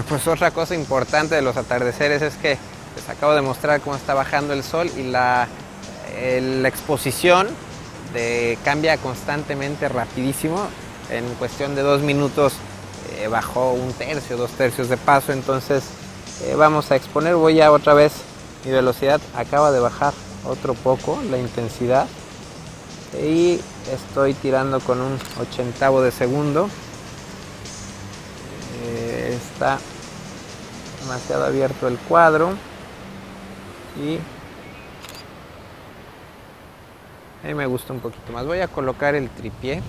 Bueno, pues otra cosa importante de los atardeceres es que les acabo de mostrar cómo está bajando el sol y la exposición cambia constantemente rapidísimo. En cuestión de 2 minutos bajó 1/3, 2/3 de paso. Entonces vamos a exponer, voy a otra vez, mi velocidad acaba de bajar otro poco, la intensidad. Y estoy tirando con un 1/80 de segundo. Está demasiado abierto el cuadro y a mí me gusta un poquito más. Voy a colocar el tripié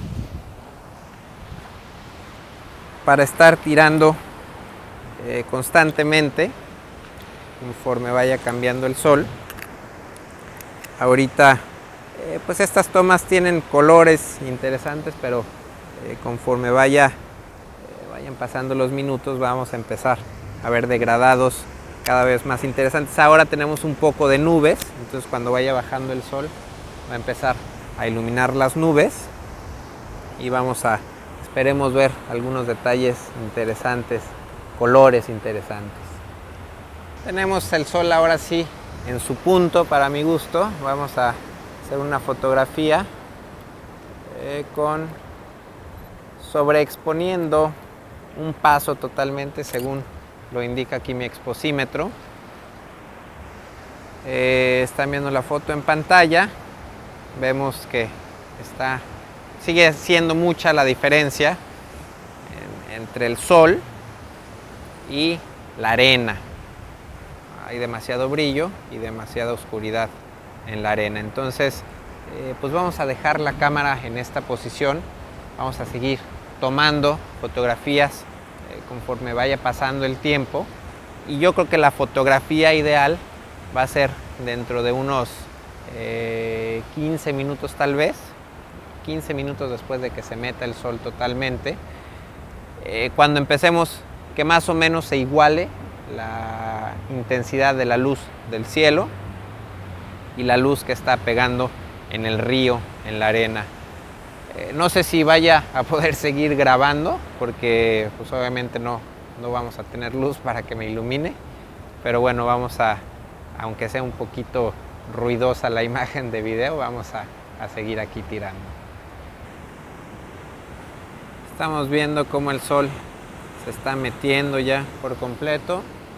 para estar tirando constantemente conforme vaya cambiando el sol. Ahorita pues estas tomas tienen colores interesantes, pero conforme vayan pasando los minutos vamos a empezar a ver degradados cada vez más interesantes. Ahora tenemos un poco de nubes, entonces cuando vaya bajando el sol va a empezar a iluminar las nubes y esperemos ver algunos detalles interesantes, colores interesantes. Tenemos el sol ahora sí en su punto, para mi gusto. Vamos a hacer una fotografía sobreexponiendo un paso totalmente según lo indica aquí mi exposímetro. Están viendo la foto en pantalla. Vemos que sigue siendo mucha la diferencia entre el sol y la arena. Hay demasiado brillo y demasiada oscuridad en la arena. Entonces pues vamos a dejar la cámara en esta posición. Vamos a seguir tomando fotografías conforme vaya pasando el tiempo, y yo creo que la fotografía ideal va a ser dentro de unos 15 minutos, tal vez 15 minutos después de que se meta el sol totalmente, cuando empecemos, que más o menos se iguale la intensidad de la luz del cielo y la luz que está pegando en el río, en la arena. No sé si vaya a poder seguir grabando porque pues obviamente no vamos a tener luz para que me ilumine, pero bueno, aunque sea un poquito ruidosa la imagen de video, vamos a seguir aquí tirando. Estamos viendo cómo el sol se está metiendo ya por completo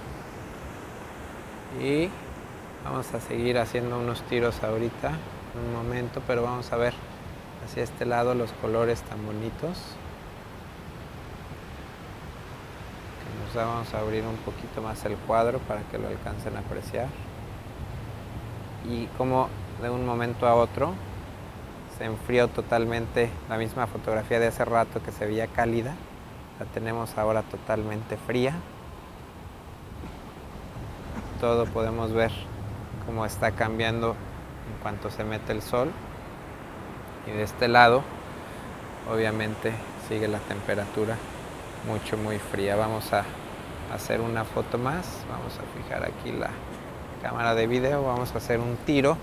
y vamos a seguir haciendo unos tiros ahorita, en un momento, pero vamos a ver hacia este lado los colores tan bonitos. Vamos a abrir un poquito más el cuadro para que lo alcancen a apreciar. Y como de un momento a otro se enfrió totalmente la misma fotografía de hace rato que se veía cálida. La tenemos ahora totalmente fría. Todo podemos ver cómo está cambiando en cuanto se mete el sol. Y de este lado, obviamente, sigue la temperatura muy fría. Vamos a hacer una foto más. Vamos a fijar aquí la cámara de video. Vamos a hacer un tiro.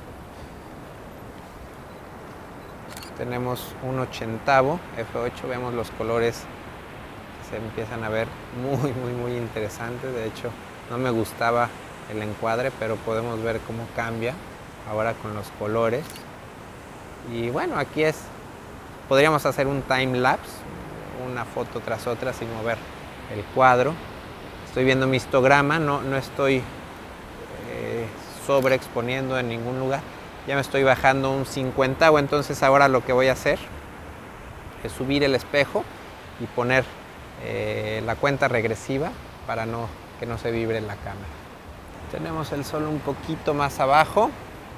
Tenemos un 1/80 f8. Vemos los colores que se empiezan a ver muy interesantes. De hecho, no me gustaba el encuadre, pero podemos ver cómo cambia ahora con los colores. Y bueno, aquí podríamos hacer un time lapse, una foto tras otra sin mover el cuadro. Estoy viendo mi histograma, no estoy sobreexponiendo en ningún lugar. Ya me estoy bajando un 50, entonces ahora lo que voy a hacer es subir el espejo y poner la cuenta regresiva para que no se vibre la cámara. Tenemos el sol un poquito más abajo.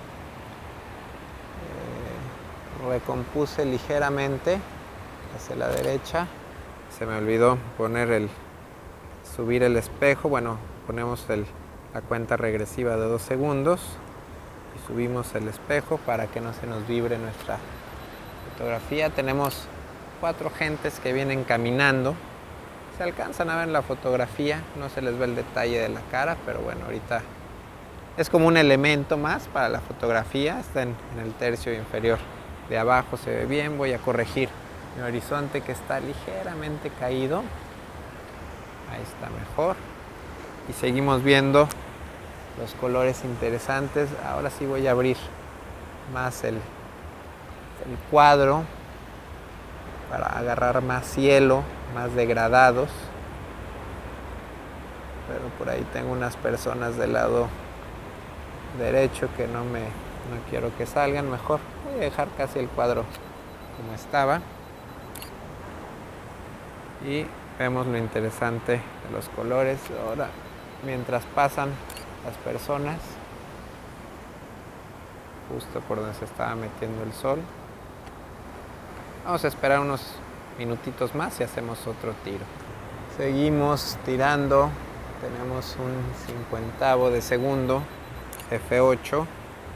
Recompuse ligeramente hacia la derecha. Se me olvidó subir el espejo. Bueno, ponemos la cuenta regresiva de 2 segundos y subimos el espejo para que no se nos vibre nuestra fotografía. Tenemos 4 gentes que vienen caminando. Se alcanzan a ver en la fotografía, no se les ve el detalle de la cara, pero bueno, ahorita es como un elemento más para la fotografía. Está en el tercio inferior de abajo, se ve bien. Voy a corregir mi horizonte que está ligeramente caído. Ahí está mejor. Y seguimos viendo los colores interesantes. Ahora sí voy a abrir más el cuadro para agarrar más cielo, más degradados. Pero por ahí tengo unas personas del lado derecho que no quiero que salgan. Mejor voy a dejar casi el cuadro como estaba. Y vemos lo interesante de los colores. Ahora, mientras pasan las personas, justo por donde se estaba metiendo el sol, vamos a esperar unos minutitos más y hacemos otro tiro. Seguimos tirando. Tenemos un 50avo de segundo, F8.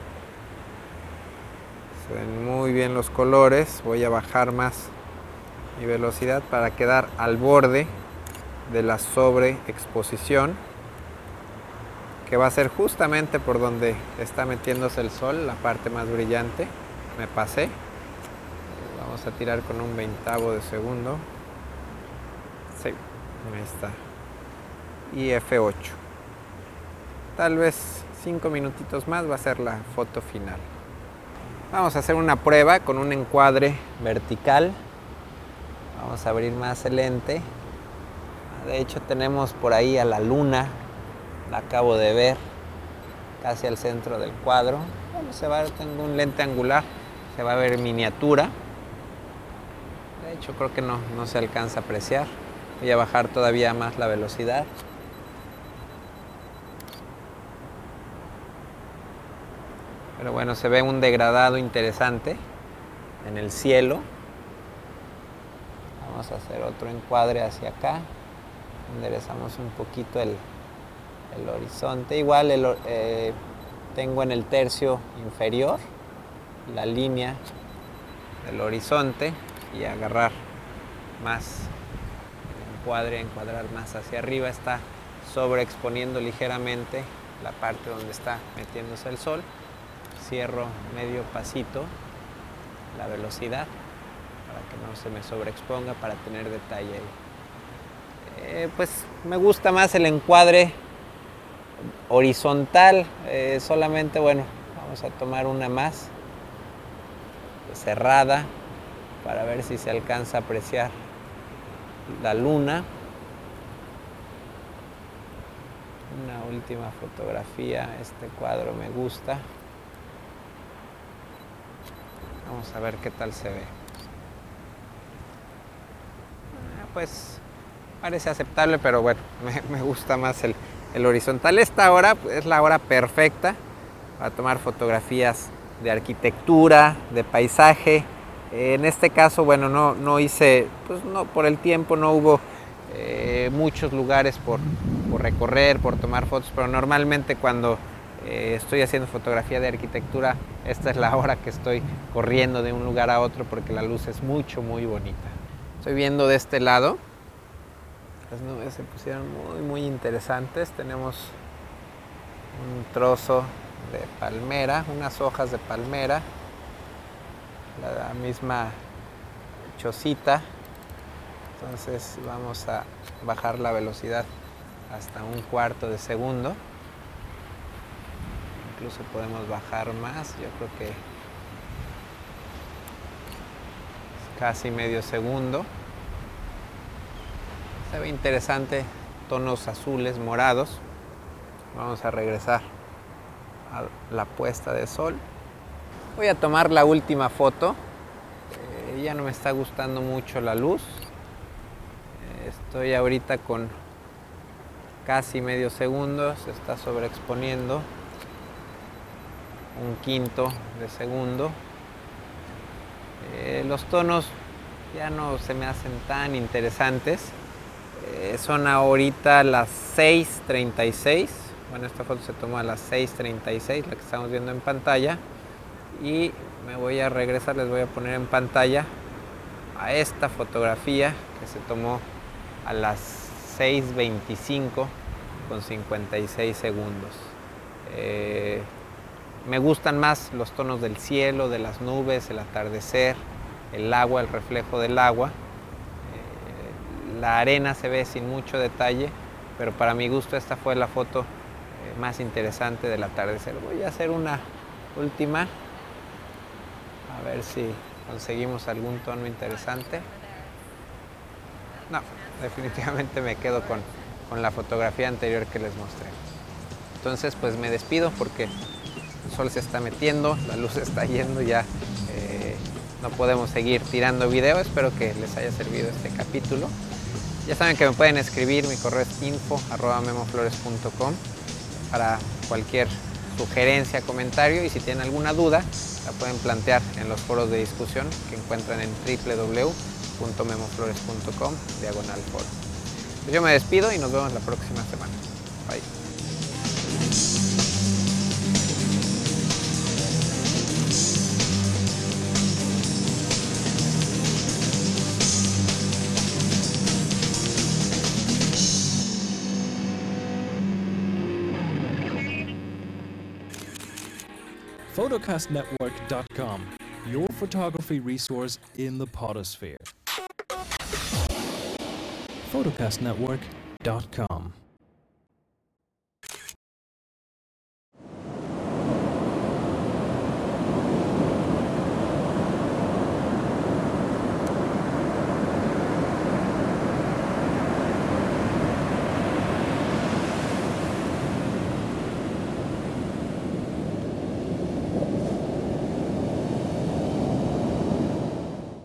Se ven muy bien los colores. Voy a bajar más mi velocidad para quedar al borde de la sobreexposición, que va a ser justamente por donde está metiéndose el sol, la parte más brillante. Me pasé. Vamos a tirar con un 20avo de segundo. Sí, ahí está. Y F8. Tal vez 5 minutitos más va a ser la foto final. Vamos a hacer una prueba con un encuadre vertical. Vamos a abrir más el lente. De hecho tenemos por ahí a la luna. La acabo de ver casi al centro del cuadro. Bueno, tengo un lente angular. Se va a ver miniatura. De hecho creo que no se alcanza a apreciar. Voy a bajar todavía más la velocidad. Pero bueno, se ve un degradado interesante en el cielo. Vamos a hacer otro encuadre hacia acá. Enderezamos un poquito el horizonte. Igual tengo en el tercio inferior la línea del horizonte y agarrar más el encuadre, encuadrar más hacia arriba. Está sobreexponiendo ligeramente la parte donde está metiéndose el sol. Cierro medio pasito la velocidad para que no se me sobreexponga, para tener detalle ahí. Pues me gusta más el encuadre horizontal. Solamente, bueno, vamos a tomar una más cerrada para ver si se alcanza a apreciar la luna. Una última fotografía. Este cuadro me gusta. Vamos a ver qué tal se ve. Pues parece aceptable, pero bueno, me gusta más el horizontal. Esta hora es la hora perfecta para tomar fotografías de arquitectura, de paisaje. En este caso, bueno, no hice, pues no, por el tiempo no hubo muchos lugares por recorrer, por tomar fotos, pero normalmente cuando estoy haciendo fotografía de arquitectura, esta es la hora que estoy corriendo de un lugar a otro porque la luz es muy bonita. Estoy viendo de este lado. Las nubes se pusieron muy interesantes. Tenemos un trozo de palmera, unas hojas de palmera, la misma chocita. Entonces vamos a bajar la velocidad hasta 1/4 de segundo. Incluso podemos bajar más, yo creo que casi medio segundo. Se ve interesante, tonos azules, morados. Vamos a regresar a la puesta de sol. Voy a tomar la última foto. Ya no me está gustando mucho la luz. Estoy ahorita con casi medio segundo, se está sobreexponiendo 1/5 de segundo. Los tonos ya no se me hacen tan interesantes. Son ahorita las 6:36. Bueno, esta foto se tomó a las 6:36, la que estamos viendo en pantalla. Y me voy a regresar, les voy a poner en pantalla a esta fotografía que se tomó a las 6:25 con 56 segundos. Me gustan más los tonos del cielo, de las nubes, el atardecer, el agua, el reflejo del agua. la arena se ve sin mucho detalle, pero para mi gusto esta fue la foto más interesante del atardecer. Voy a hacer una última, a ver si conseguimos algún tono interesante. No, definitivamente me quedo con la fotografía anterior que les mostré. Entonces pues me despido porque el sol se está metiendo, la luz está yendo, ya no podemos seguir tirando video. Espero que les haya servido este capítulo. Ya saben que me pueden escribir, mi correo es info@memoflores.com para cualquier sugerencia, comentario, y si tienen alguna duda la pueden plantear en los foros de discusión que encuentran en www.memoflores.com/foro. Pues yo me despido y nos vemos la próxima semana. Bye. Photocastnetwork.com, your photography resource in the potosphere. Photocastnetwork.com